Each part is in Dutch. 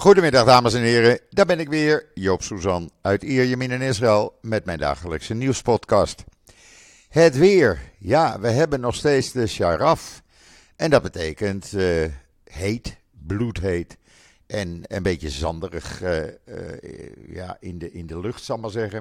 Goedemiddag dames en heren, daar ben ik weer, Joop Suzan uit Ierjemien in Israël met mijn dagelijkse nieuwspodcast. Het weer, ja, we hebben nog steeds de sharaf en dat betekent heet, bloedheet en een beetje zanderig in de lucht, zal ik maar zeggen.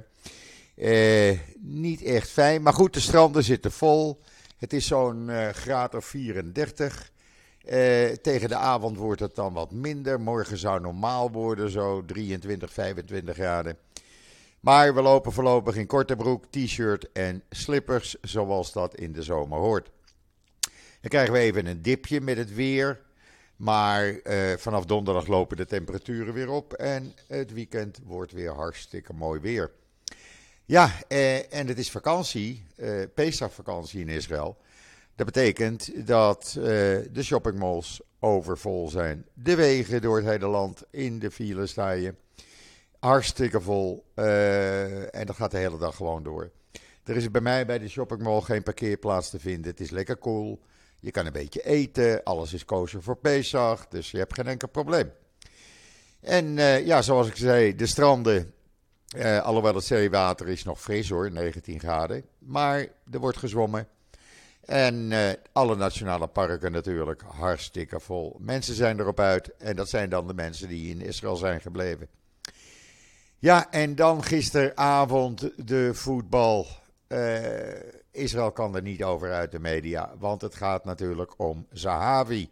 Niet echt fijn, maar goed, de stranden zitten vol. Het is zo'n graad of 34. Tegen de avond wordt het dan wat minder. Morgen zou normaal worden, zo 23, 25 graden. Maar we lopen voorlopig in korte broek, t-shirt en slippers, zoals dat in de zomer hoort. Dan krijgen we even een dipje met het weer. Maar vanaf donderdag lopen de temperaturen weer op. En het weekend wordt weer hartstikke mooi weer. Ja, en het is vakantie, Pesachvakantie in Israël. Dat betekent dat de shoppingmalls overvol zijn. De wegen door het hele land in de file sta je. Hartstikke vol. En dat gaat de hele dag gewoon door. Er is bij mij bij de shoppingmall geen parkeerplaats te vinden. Het is lekker cool. Je kan een beetje eten. Alles is kosher voor Pesach. Dus je hebt geen enkel probleem. En zoals ik zei, de stranden. Alhoewel het zeewater is nog fris hoor, 19 graden. Maar er wordt gezwommen. En alle nationale parken natuurlijk hartstikke vol. Mensen zijn erop uit en dat zijn dan de mensen die in Israël zijn gebleven. Ja, en dan gisteravond de voetbal. Israël kan er niet over uit de media, want het gaat natuurlijk om Zahavi.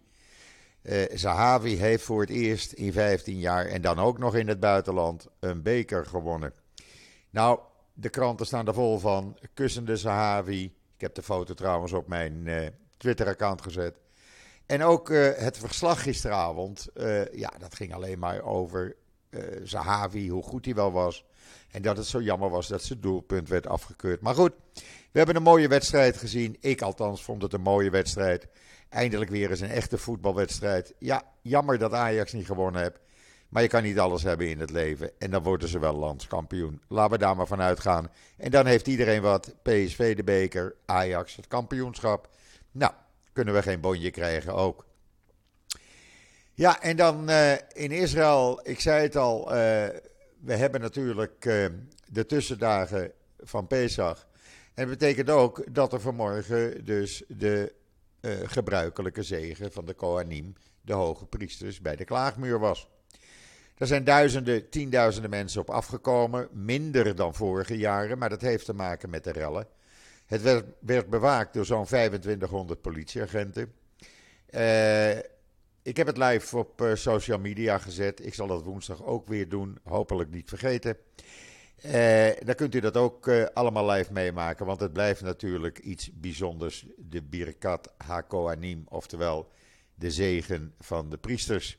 Zahavi heeft voor het eerst in 15 jaar en dan ook nog in het buitenland een beker gewonnen. Nou, de kranten staan er vol van. Kussende Zahavi. Ik heb de foto trouwens op mijn Twitter-account gezet. En ook het verslag gisteravond, dat ging alleen maar over Zahavi, hoe goed hij wel was. En dat het zo jammer was dat zijn doelpunt werd afgekeurd. Maar goed, we hebben een mooie wedstrijd gezien. Ik althans vond het een mooie wedstrijd. Eindelijk weer eens een echte voetbalwedstrijd. Ja, jammer dat Ajax niet gewonnen heeft. Maar je kan niet alles hebben in het leven. En dan worden ze wel landskampioen. Laten we daar maar van uitgaan. En dan heeft iedereen wat. PSV de beker, Ajax het kampioenschap. Nou, kunnen we geen bonje krijgen ook. Ja, en dan in Israël, ik zei het al. We hebben natuurlijk de tussendagen van Pesach. En dat betekent ook dat er vanmorgen dus de gebruikelijke zegen van de Kohanim, de hoge priesters, bij de klaagmuur was. Er zijn duizenden, tienduizenden mensen op afgekomen, minder dan vorige jaren, maar dat heeft te maken met de rellen. Het werd bewaakt door zo'n 2500 politieagenten. Ik heb het live op social media gezet. Ik zal dat woensdag ook weer doen, hopelijk niet vergeten. Dan kunt u dat ook allemaal live meemaken, want het blijft natuurlijk iets bijzonders. De Birkat HaKohanim, oftewel de zegen van de priesters.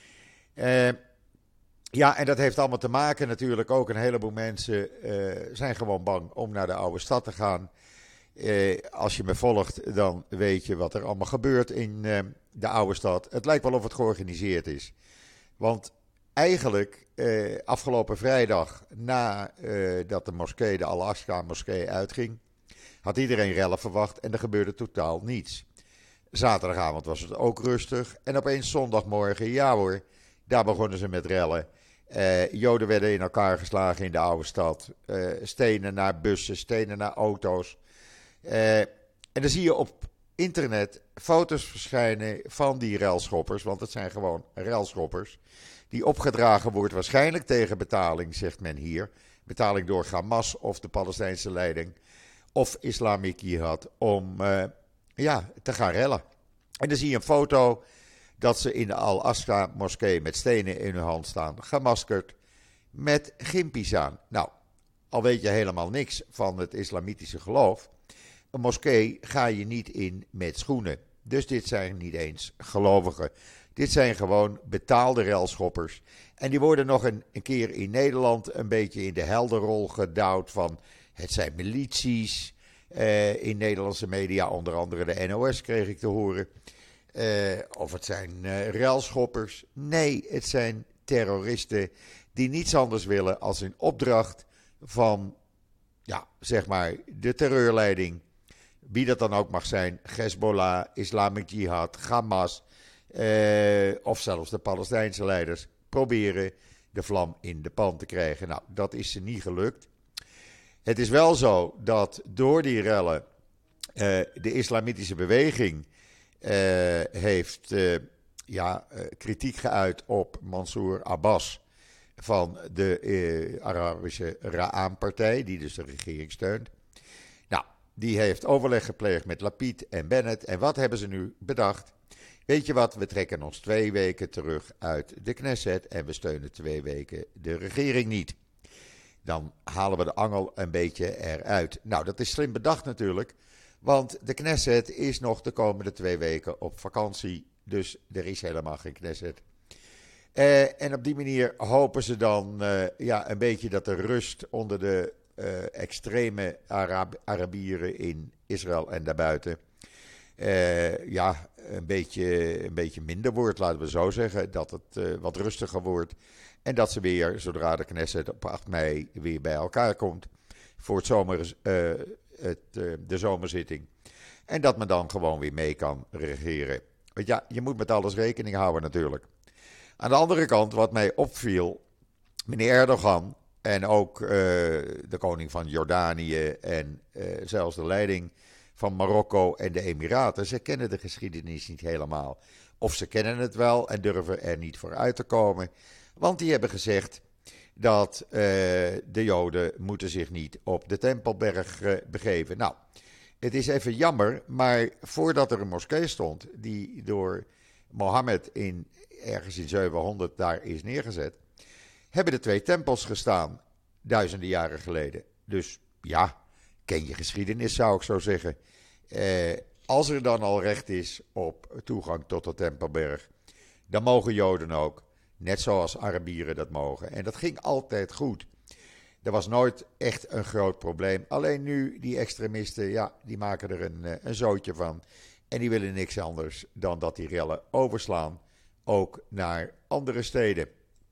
Ja, en dat heeft allemaal te maken natuurlijk ook. Een heleboel mensen zijn gewoon bang om naar de oude stad te gaan. Als je me volgt, dan weet je wat er allemaal gebeurt in de oude stad. Het lijkt wel of het georganiseerd is. Want eigenlijk, afgelopen vrijdag, nadat de moskee, de Al-Aqsa moskee uitging, had iedereen rellen verwacht en er gebeurde totaal niets. Zaterdagavond was het ook rustig en opeens zondagmorgen, ja hoor, daar begonnen ze met rellen. Joden werden in elkaar geslagen in de oude stad. Stenen naar bussen, stenen naar auto's. En dan zie je op internet foto's verschijnen van die relschoppers, want het zijn gewoon relschoppers, die opgedragen wordt waarschijnlijk tegen betaling, zegt men hier. Betaling door Hamas of de Palestijnse leiding of Islamic Jihad om te gaan rellen. En dan zie je een foto dat ze in de Al-Aqsa moskee met stenen in hun hand staan, gemaskerd, met gimpies aan. Nou, al weet je helemaal niks van het islamitische geloof. Een moskee ga je niet in met schoenen. Dus dit zijn niet eens gelovigen. Dit zijn gewoon betaalde relschoppers. En die worden nog een keer in Nederland een beetje in de helderrol gedouwd van het zijn milities. In Nederlandse media, onder andere de NOS, kreeg ik te horen. Of het zijn relschoppers. Nee, het zijn terroristen die niets anders willen als in opdracht van, zeg maar, de terreurleiding. Wie dat dan ook mag zijn, Hezbollah, Islamic Jihad, Hamas of zelfs de Palestijnse leiders. proberen de vlam in de pan te krijgen. Nou, dat is ze niet gelukt. Het is wel zo dat door die rellen de islamitische beweging heeft kritiek geuit op Mansour Abbas van de Arabische Ra'am-partij, die dus de regering steunt. Nou, die heeft overleg gepleegd met Lapid en Bennett. En wat hebben ze nu bedacht? Weet je wat, we trekken ons 2 weken terug uit de Knesset en we steunen 2 weken de regering niet. Dan halen we de angel een beetje eruit. Nou, dat is slim bedacht natuurlijk, want de Knesset is nog de komende 2 weken op vakantie. Dus er is helemaal geen Knesset. En op die manier hopen ze dan een beetje dat de rust onder de extreme Arabieren in Israël en daarbuiten een beetje minder wordt, laten we zo zeggen. Dat het wat rustiger wordt. En dat ze weer, zodra de Knesset op 8 mei weer bij elkaar komt voor de zomerzitting. En dat men dan gewoon weer mee kan regeren. Want ja, je moet met alles rekening houden natuurlijk. Aan de andere kant, wat mij opviel, meneer Erdogan en ook de koning van Jordanië en zelfs de leiding van Marokko en de Emiraten, ze kennen de geschiedenis niet helemaal. Of ze kennen het wel en durven er niet voor uit te komen. Want die hebben gezegd dat de Joden moeten zich niet op de Tempelberg begeven. Nou, het is even jammer, maar voordat er een moskee stond die door Mohammed ergens in 700 daar is neergezet, hebben er 2 tempels gestaan, duizenden jaren geleden. Dus ja, ken je geschiedenis, zou ik zo zeggen. Als er dan al recht is op toegang tot de Tempelberg, dan mogen Joden ook, net zoals Arabieren dat mogen. En dat ging altijd goed. Er was nooit echt een groot probleem. Alleen nu, die extremisten, die maken er een zootje van. En die willen niks anders dan dat die rellen overslaan, ook naar andere steden.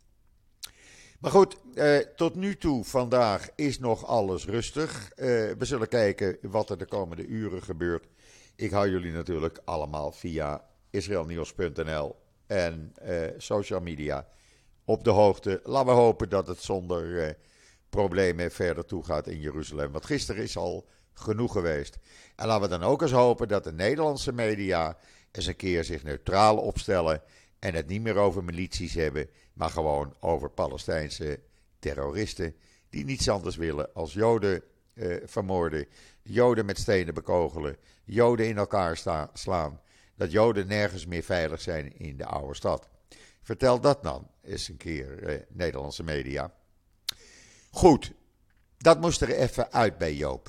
Maar goed, tot nu toe vandaag is nog alles rustig. We zullen kijken wat er de komende uren gebeurt. Ik hou jullie natuurlijk allemaal via israelnieuws.nl en social media op de hoogte. Laten we hopen dat het zonder problemen verder toegaat in Jeruzalem. Want gisteren is al genoeg geweest. En laten we dan ook eens hopen dat de Nederlandse media eens een keer zich neutraal opstellen en het niet meer over milities hebben, maar gewoon over Palestijnse terroristen die niets anders willen als Joden vermoorden, Joden met stenen bekogelen, Joden in elkaar slaan, dat Joden nergens meer veilig zijn in de oude stad. Vertel dat dan eens een keer, Nederlandse media. Goed, dat moest er even uit bij Joop.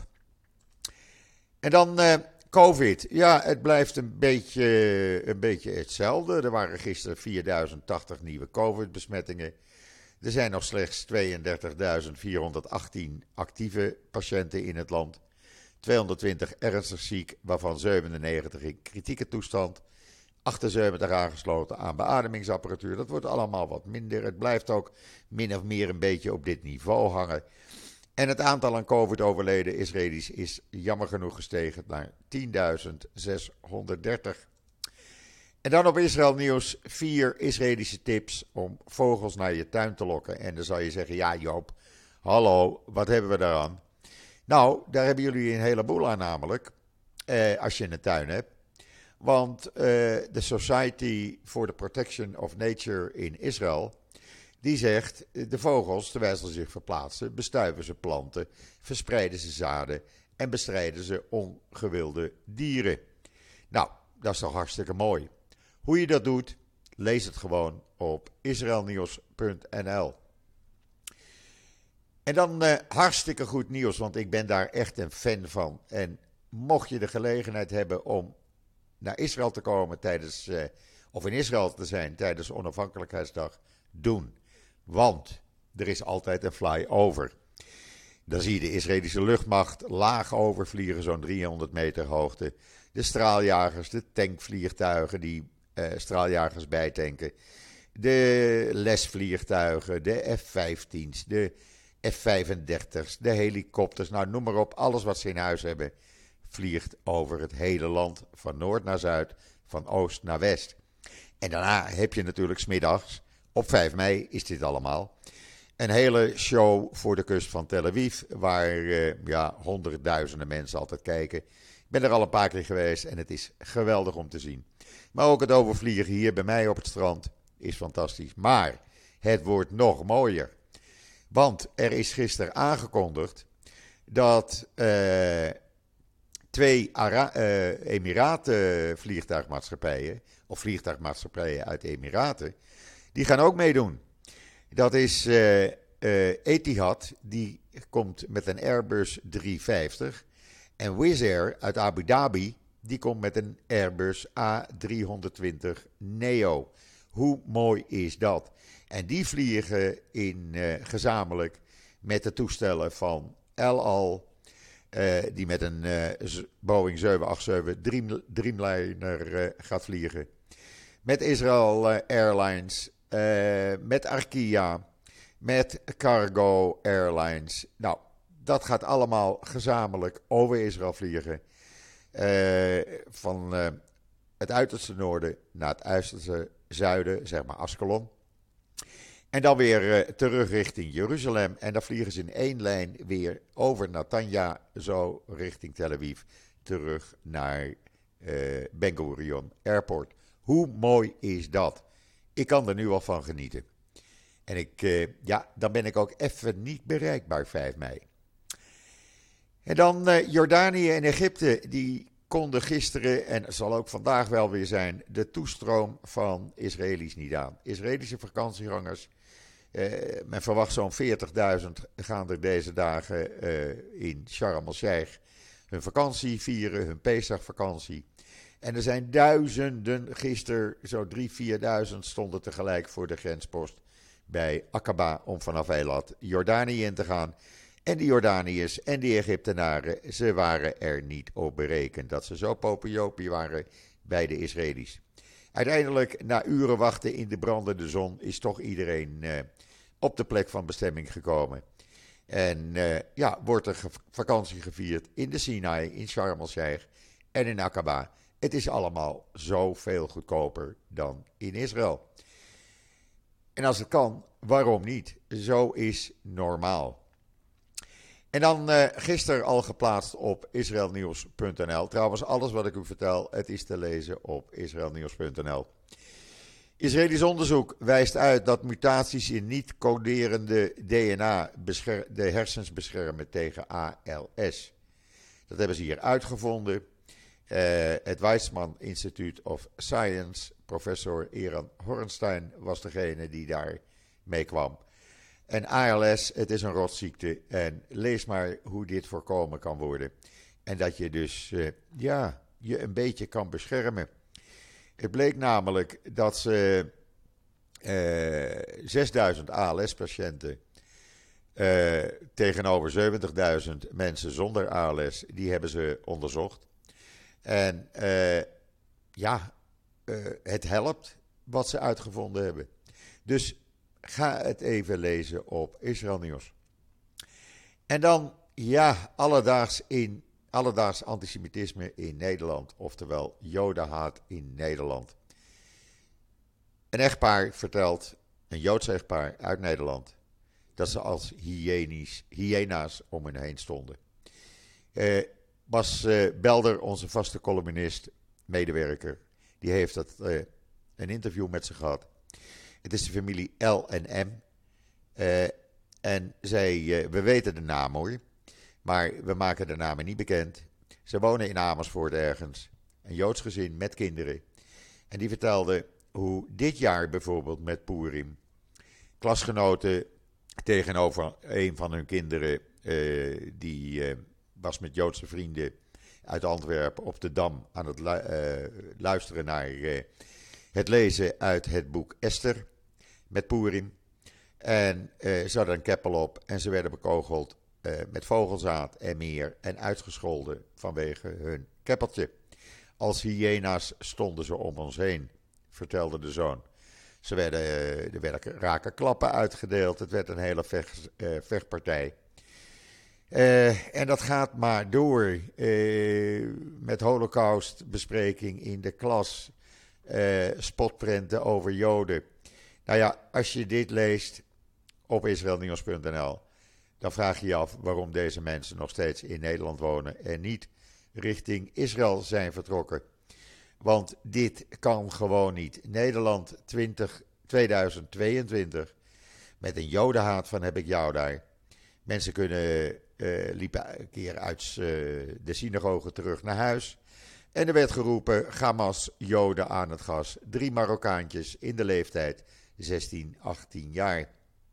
En dan COVID. Ja, het blijft een beetje hetzelfde. Er waren gisteren 4080 nieuwe COVID-besmettingen. Er zijn nog slechts 32.418 actieve patiënten in het land. 220 ernstig ziek, waarvan 97 in kritieke toestand. 78 aangesloten aan beademingsapparatuur. Dat wordt allemaal wat minder. Het blijft ook min of meer een beetje op dit niveau hangen. En het aantal aan COVID overleden Israëli's is jammer genoeg gestegen naar 10.630. En dan op Israël Nieuws 4 Israëlische tips om vogels naar je tuin te lokken. En dan zal je zeggen, ja Joop, hallo, wat hebben we daaraan? Nou, daar hebben jullie een heleboel aan namelijk, als je een tuin hebt. Want de Society for the Protection of Nature in Israël, die zegt, de vogels, terwijl ze zich verplaatsen, bestuiven ze planten, verspreiden ze zaden en bestrijden ze ongewilde dieren. Nou, dat is toch hartstikke mooi. Hoe je dat doet, lees het gewoon op israelnieuws.nl. En dan hartstikke goed nieuws, want ik ben daar echt een fan van. En mocht je de gelegenheid hebben om naar Israël te komen of in Israël te zijn tijdens Onafhankelijkheidsdag, doen. Want er is altijd een flyover. Dan zie je de Israëlische luchtmacht laag overvliegen, zo'n 300 meter hoogte. De straaljagers, de tankvliegtuigen die straaljagers bijtanken. De lesvliegtuigen, de F-15's, de F-35's, de helikopters. Nou, noem maar op, alles wat ze in huis hebben vliegt over het hele land, van noord naar zuid, van oost naar west. En daarna heb je natuurlijk 's middags Op 5 mei is dit allemaal. Een hele show voor de kust van Tel Aviv, waar honderdduizenden mensen altijd kijken. Ik ben er al een paar keer geweest en het is geweldig om te zien. Maar ook het overvliegen hier bij mij op het strand is fantastisch. Maar het wordt nog mooier. Want er is gisteren aangekondigd dat twee Emiraten vliegtuigmaatschappijen, of vliegtuigmaatschappijen uit de Emiraten, die gaan ook meedoen. Dat is Etihad, die komt met een Airbus 350. En Wizz Air uit Abu Dhabi, die komt met een Airbus A320 Neo. Hoe mooi is dat? En die vliegen gezamenlijk met de toestellen van El Al, die met een Boeing 787 Dreamliner gaat vliegen. Met Israel Airlines, met Arkia, met Cargo Airlines. Nou, dat gaat allemaal gezamenlijk over Israël vliegen. Van het uiterste noorden naar het uiterste zuiden, zeg maar Ascalon. En dan weer terug richting Jeruzalem. En dan vliegen ze in één lijn weer over Netanya, zo richting Tel Aviv, terug naar Ben Gurion Airport. Hoe mooi is dat? Ik kan er nu al van genieten. En dan ben ik ook even niet bereikbaar 5 mei. En dan Jordanië en Egypte, die konden gisteren, en zal ook vandaag wel weer zijn, de toestroom van Israëli's niet aan. Israëlische vakantiegangers, men verwacht zo'n 40.000 gaan er deze dagen in Sharm el-Sheikh hun vakantie vieren, hun Pesach-vakantie. En er zijn duizenden, gisteren zo'n 3.000-4.000 stonden tegelijk voor de grenspost bij Aqaba om vanaf Eilat Jordanië in te gaan. En de Jordaniërs en de Egyptenaren, ze waren er niet op berekend dat ze zo popiopie waren bij de Israëli's. Uiteindelijk, na uren wachten in de brandende zon, is toch iedereen op de plek van bestemming gekomen. En wordt er vakantie gevierd in de Sinai, in Sharm el-Sheikh en in Aqaba. Het is allemaal zoveel goedkoper dan in Israël. En als het kan, waarom niet? Zo is normaal. En dan gisteren al geplaatst op israelnieuws.nl. Trouwens, alles wat ik u vertel, het is te lezen op israelnieuws.nl. Israëlisch onderzoek wijst uit dat mutaties in niet-coderende DNA de hersens beschermen tegen ALS. Dat hebben ze hier uitgevonden. Het Weizmann Institute of Science, professor Eran Horenstein, was degene die daar mee kwam. En ALS, het is een rotziekte. En lees maar hoe dit voorkomen kan worden. En dat je dus je een beetje kan beschermen. Het bleek namelijk dat ze 6000 ALS-patiënten tegenover 70.000 mensen zonder ALS, die hebben ze onderzocht. En het helpt wat ze uitgevonden hebben. Dus ga het even lezen op Israël Nieuws. En dan, alledaags antisemitisme in Nederland. Oftewel jodenhaat in Nederland. Een echtpaar vertelt, een Joods echtpaar uit Nederland, dat ze als hyena's om hen heen stonden. Bas Belder, onze vaste columnist, medewerker, die heeft een interview met ze gehad. Het is de familie L en M. En we weten de naam hoor, maar we maken de namen niet bekend. Ze wonen in Amersfoort ergens, een Joods gezin met kinderen. En die vertelde hoe dit jaar bijvoorbeeld met Purim klasgenoten tegenover een van hun kinderen, die was met Joodse vrienden uit Antwerpen op de Dam aan het luisteren naar het lezen uit het boek Esther met Purim. En ze hadden een keppel op en ze werden bekogeld met vogelzaad en meer en uitgescholden vanwege hun keppeltje. Als hyena's stonden ze om ons heen, vertelde de zoon. Er werden rake klappen uitgedeeld, het werd een hele vechtpartij. En dat gaat maar door met holocaustbespreking in de klas, spotprenten over Joden. Nou ja, als je dit leest op israelnieuws.nl, dan vraag je je af waarom deze mensen nog steeds in Nederland wonen en niet richting Israël zijn vertrokken. Want dit kan gewoon niet. Nederland 2022, met een jodenhaat van heb ik jou daar. Mensen liepen een keer uit de synagoge terug naar huis. En er werd geroepen, Hamas, Joden aan het gas. 3 Marokkaantjes in de leeftijd 16, 18 jaar.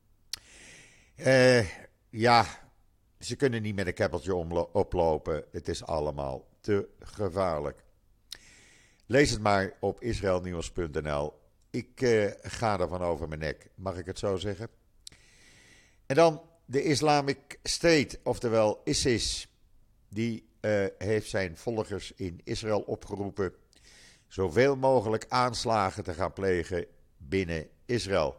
Ja, ze kunnen niet met een keppeltje oplopen. Het is allemaal te gevaarlijk. Lees het maar op israelnieuws.nl. Ik ga ervan over mijn nek, mag ik het zo zeggen? En dan de Islamic State, oftewel ISIS. Die heeft zijn volgers in Israël opgeroepen zoveel mogelijk aanslagen te gaan plegen binnen Israël.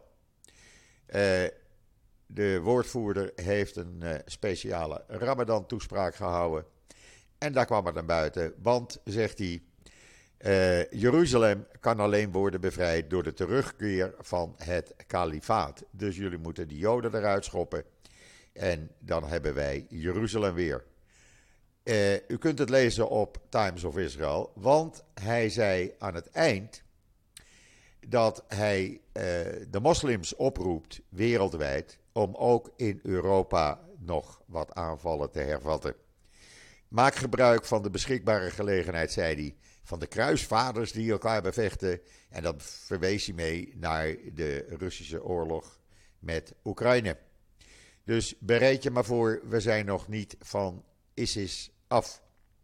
De woordvoerder heeft een speciale Ramadan-toespraak gehouden. En daar kwam het naar buiten, want, zegt hij, Jeruzalem kan alleen worden bevrijd door de terugkeer van het kalifaat. Dus jullie moeten de Joden eruit schoppen en dan hebben wij Jeruzalem weer. U kunt het lezen op Times of Israel, want hij zei aan het eind dat hij de moslims oproept wereldwijd om ook in Europa nog wat aanvallen te hervatten. Maak gebruik van de beschikbare gelegenheid, zei hij, van de kruisvaders die elkaar bevechten. En dat verwees hij mee naar de Russische oorlog met Oekraïne. Dus bereid je maar voor, we zijn nog niet van ISIS af.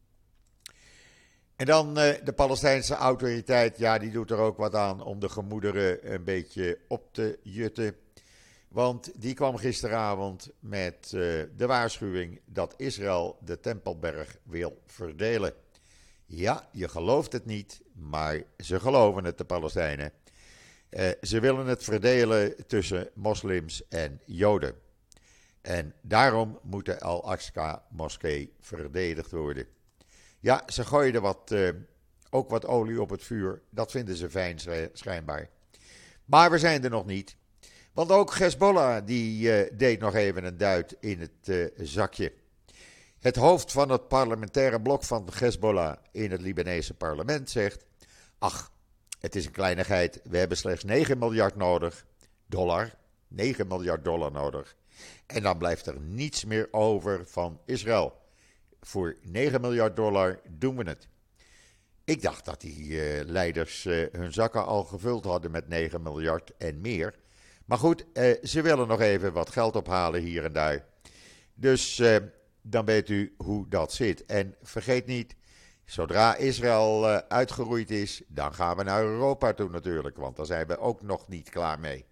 En dan de Palestijnse autoriteit, ja, die doet er ook wat aan om de gemoederen een beetje op te jutten. Want die kwam gisteravond met de waarschuwing dat Israël de Tempelberg wil verdelen. Ja, je gelooft het niet, maar ze geloven het, de Palestijnen. Ze willen het verdelen tussen moslims en Joden. En daarom moet de Al-Aqsa-moskee verdedigd worden. Ja, ze gooien er ook wat olie op het vuur. Dat vinden ze fijn, schijnbaar. Maar we zijn er nog niet. Want ook Hezbollah die deed nog even een duit in het zakje. Het hoofd van het parlementaire blok van Hezbollah in het Libanese parlement zegt: ach, het is een kleinigheid. We hebben slechts 9 miljard nodig. Dollar. 9 miljard dollar nodig. En dan blijft er niets meer over van Israël. Voor 9 miljard dollar doen we het. Ik dacht dat die leiders hun zakken al gevuld hadden met 9 miljard en meer. Maar goed, ze willen nog even wat geld ophalen hier en daar. Dus dan weet u hoe dat zit. En vergeet niet, zodra Israël uitgeroeid is, dan gaan we naar Europa toe natuurlijk. Want daar zijn we ook nog niet klaar mee.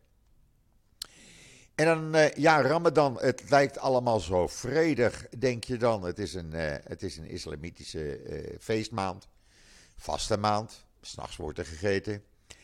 En dan, ja, Ramadan, het lijkt allemaal zo vredig, denk je dan. Het is een islamitische feestmaand, vaste maand, 's nachts wordt er gegeten.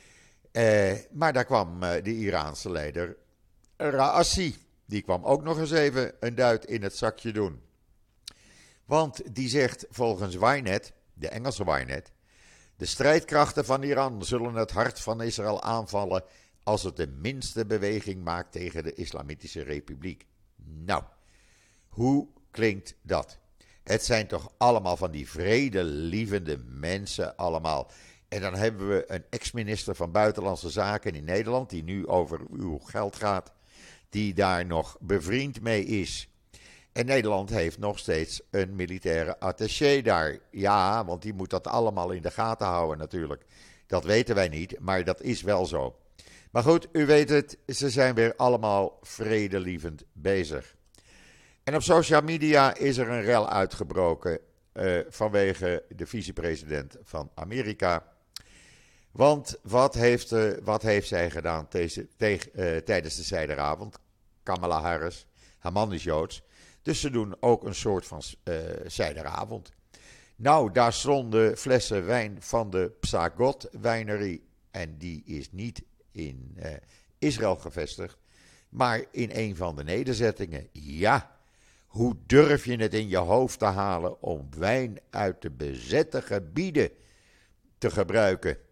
Maar daar kwam de Iraanse leider Raisi. Die kwam ook nog eens even een duit in het zakje doen. Want die zegt volgens Ynet, de Engelse Ynet, de strijdkrachten van Iran zullen het hart van Israël aanvallen als het de minste beweging maakt tegen de Islamitische Republiek. Nou, hoe klinkt dat? Het zijn toch allemaal van die vredelievende mensen allemaal. En dan hebben we een ex-minister van Buitenlandse Zaken in Nederland, die nu over uw geld gaat, die daar nog bevriend mee is. En Nederland heeft nog steeds een militaire attaché daar. Ja, want die moet dat allemaal in de gaten houden natuurlijk. Dat weten wij niet, maar dat is wel zo. Maar goed, u weet het, ze zijn weer allemaal vredelievend bezig. En op social media is er een rel uitgebroken vanwege de vicepresident van Amerika. Want wat heeft zij gedaan tijdens de zijderavond? Kamala Harris, haar man is Joods. Dus ze doen ook een soort van zijderavond. Nou, daar stonden flessen wijn van de Psagot wijnerie. En die is niet in Israël gevestigd, maar in een van de nederzettingen. Ja, hoe durf je het in je hoofd te halen om wijn uit de bezette gebieden te gebruiken?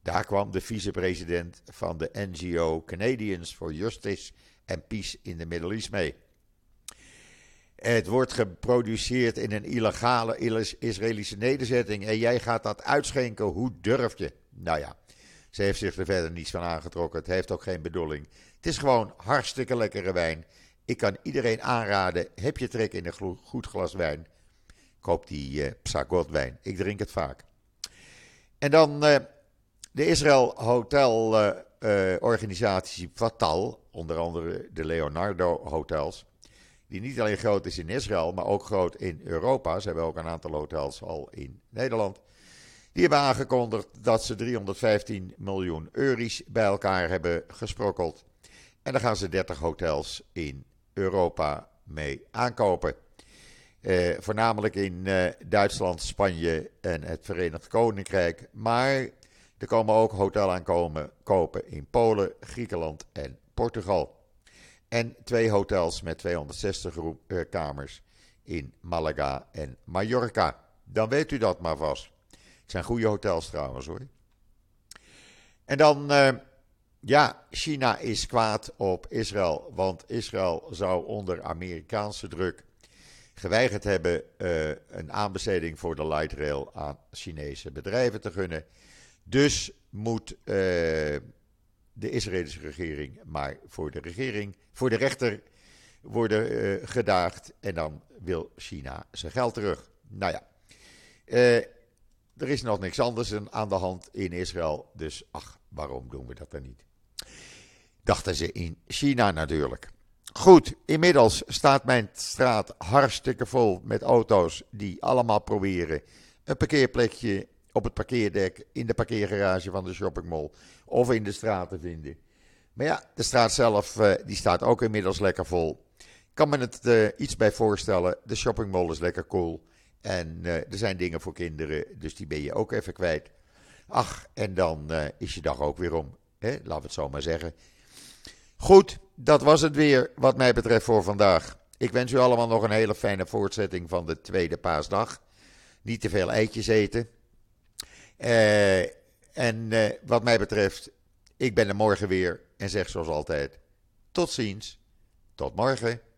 Daar kwam de vicepresident van de NGO Canadians for Justice and Peace in the Middle East mee. Het wordt geproduceerd in een illegale Israëlische nederzetting en jij gaat dat uitschenken, hoe durf je? Nou ja, ze heeft zich er verder niets van aangetrokken, het heeft ook geen bedoeling. Het is gewoon hartstikke lekkere wijn. Ik kan iedereen aanraden, heb je trek in een goed glas wijn, koop die Psagot wijn. Ik drink het vaak. En dan de Israël Hotel organisatie Fatal, onder andere de Leonardo Hotels, die niet alleen groot is in Israël, maar ook groot in Europa. Ze hebben ook een aantal hotels al in Nederland. Die hebben aangekondigd dat ze 315 miljoen euro's bij elkaar hebben gesprokkeld. En daar gaan ze 30 hotels in Europa mee aankopen. Voornamelijk in Duitsland, Spanje en het Verenigd Koninkrijk. Maar er komen ook hotels aankomen kopen in Polen, Griekenland en Portugal. En 2 hotels met 260 kamers in Malaga en Mallorca. Dan weet u dat maar vast. Het zijn goede hotels trouwens hoor. En dan, China is kwaad op Israël. Want Israël zou onder Amerikaanse druk geweigerd hebben een aanbesteding voor de light rail aan Chinese bedrijven te gunnen. Dus moet de Israëlische regering maar voor de rechter worden gedaagd. En dan wil China zijn geld terug. Nou ja, er is nog niks anders aan de hand in Israël. Dus waarom doen we dat dan niet? Dachten ze in China natuurlijk. Goed, inmiddels staat mijn straat hartstikke vol met auto's die allemaal proberen een parkeerplekje op het parkeerdek, in de parkeergarage van de shoppingmall of in de straat te vinden. Maar ja, de straat zelf die staat ook inmiddels lekker vol. Ik kan me het iets bij voorstellen, de shoppingmall is lekker cool. En er zijn dingen voor kinderen, dus die ben je ook even kwijt. En dan is je dag ook weer om. Laten we het zo maar zeggen. Goed, dat was het weer wat mij betreft voor vandaag. Ik wens u allemaal nog een hele fijne voortzetting van de tweede paasdag. Niet te veel eitjes eten. Wat mij betreft, ik ben er morgen weer en zeg zoals altijd, tot ziens, tot morgen.